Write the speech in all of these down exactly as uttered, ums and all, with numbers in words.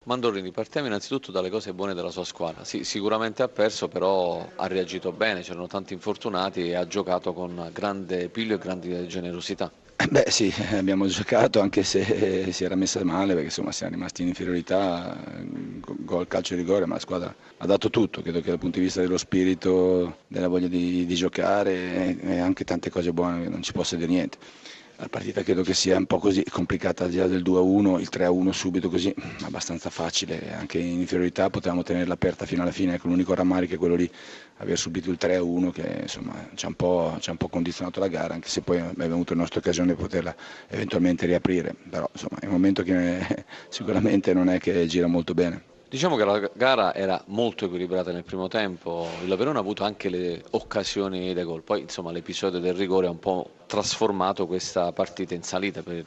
Mandolini, partiamo innanzitutto dalle cose buone della sua squadra. Sì, sicuramente ha perso, però ha reagito bene, c'erano tanti infortunati e ha giocato con grande piglio e grande generosità. Eh Beh sì, abbiamo giocato anche se si era messa male perché insomma siamo rimasti in inferiorità, eh, go- gol, calcio di rigore, ma la squadra ha dato tutto, credo che dal punto di vista dello spirito, della voglia di, di giocare e, e anche tante cose buone, non ci posso dire niente. La partita credo che sia un po' così complicata al di là del due a uno, il tre a uno subito così, abbastanza facile, anche in inferiorità potevamo tenerla aperta fino alla fine, ecco, l'unico rammarico è quello lì, aver subito il tre a uno che insomma ci ha un po', ci ha un po' condizionato la gara, anche se poi abbiamo avuto la nostra occasione di poterla eventualmente riaprire, però insomma è un momento che sicuramente non è che gira molto bene. Diciamo che la gara era molto equilibrata nel primo tempo, il Verona ha avuto anche le occasioni da gol, poi insomma l'episodio del rigore ha un po' trasformato questa partita in salita per,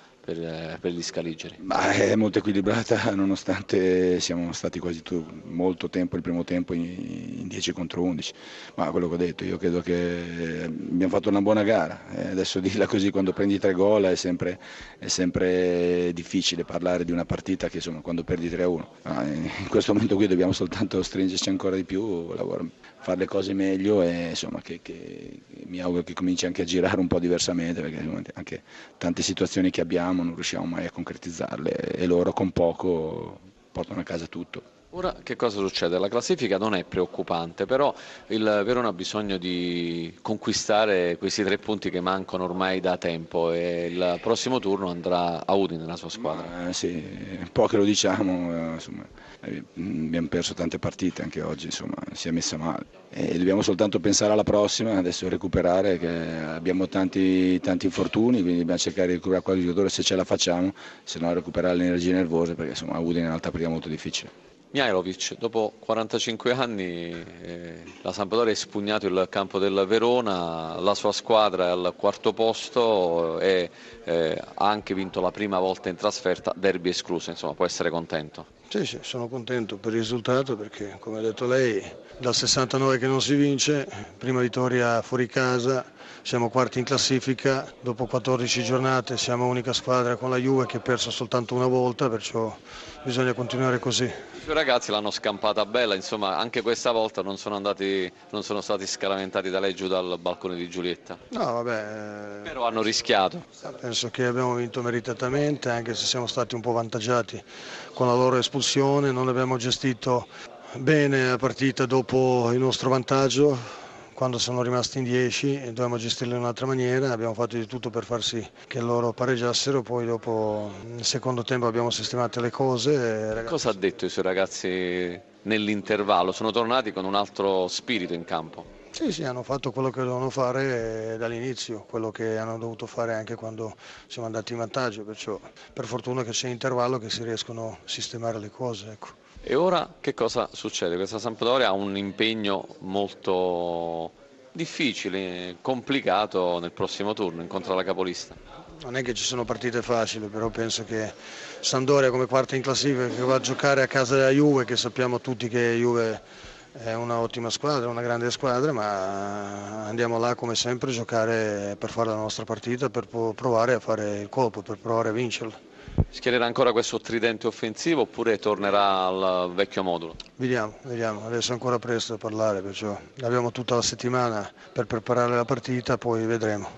per- per gli scaligeri. Ma è molto equilibrata nonostante siamo stati quasi tu- molto tempo, il primo tempo in, in dieci contro undici, ma quello che ho detto, io credo che abbiamo fatto una buona gara, eh, adesso dirla così quando prendi tre gol è sempre, è sempre difficile parlare di una partita che insomma quando perdi tre a uno, ah, in questo momento qui dobbiamo soltanto stringerci ancora di più, lavorare, fare le cose meglio e insomma che, che- mi auguro che cominci anche a girare un po' diversamente perché insomma, anche tante situazioni che abbiamo non riusciamo mai a concretizzarle e loro con poco portano a casa tutto. Ora che cosa succede? La classifica non è preoccupante, però il Verona ha bisogno di conquistare questi tre punti che mancano ormai da tempo e il prossimo turno andrà a Udine, la sua squadra. Ma sì, un po' che lo diciamo, eh, insomma, eh, abbiamo perso tante partite anche oggi, insomma, si è messa male. E dobbiamo soltanto pensare alla prossima, adesso recuperare, che abbiamo tanti, tanti infortuni, quindi dobbiamo cercare di recuperare qualche giocatore se ce la facciamo, se no recuperare le energie nervose, perché insomma a Udine è un'altra partita molto difficile. Mihajlovic, dopo quarantacinque anni, eh, la Sampdoria ha espugnato il campo del Verona, la sua squadra è al quarto posto e eh, ha anche vinto la prima volta in trasferta, derby escluso, insomma può essere contento. Sì, sì, sono contento per il risultato perché, come ha detto lei, dal sessantanove che non si vince, prima vittoria fuori casa, siamo quarti in classifica, dopo quattordici giornate siamo unica squadra con la Juve che ha perso soltanto una volta, perciò bisogna continuare così. I suoi ragazzi l'hanno scampata bella, insomma anche questa volta non sono, andati, non sono stati scaramentati da lei giù dal balcone di Giulietta, No, vabbè, però hanno rischiato. eh, penso che abbiamo vinto meritatamente, anche se siamo stati un po' vantaggiati con la loro espulsione, non abbiamo gestito bene la partita dopo il nostro vantaggio. Quando sono rimasti in dieci e dovevamo gestirla in un'altra maniera, abbiamo fatto di tutto per far sì che loro pareggiassero, poi dopo nel secondo tempo abbiamo sistemato le cose. E Cosa ha ragazzi, detto i suoi ragazzi nell'intervallo? Sono tornati con un altro spirito in campo. sì, sì, hanno fatto quello che dovevano fare eh, dall'inizio, quello che hanno dovuto fare anche quando siamo andati in vantaggio, perciò per fortuna che c'è intervallo che si riescono a sistemare le cose, ecco. E ora che cosa succede? Questa Sampdoria ha un impegno molto difficile, complicato nel prossimo turno, incontra la capolista. Non è che ci sono partite facili, però penso che Sampdoria come quarta in classifica che va a giocare a casa della Juve, che sappiamo tutti che Juve è una ottima squadra, una grande squadra, ma andiamo là come sempre a giocare per fare la nostra partita, per provare a fare il colpo, per provare a vincerla. Schiererà ancora questo tridente offensivo oppure tornerà al vecchio modulo? Vediamo, vediamo, adesso è ancora presto a parlare, perciò abbiamo tutta la settimana per preparare la partita, poi vedremo.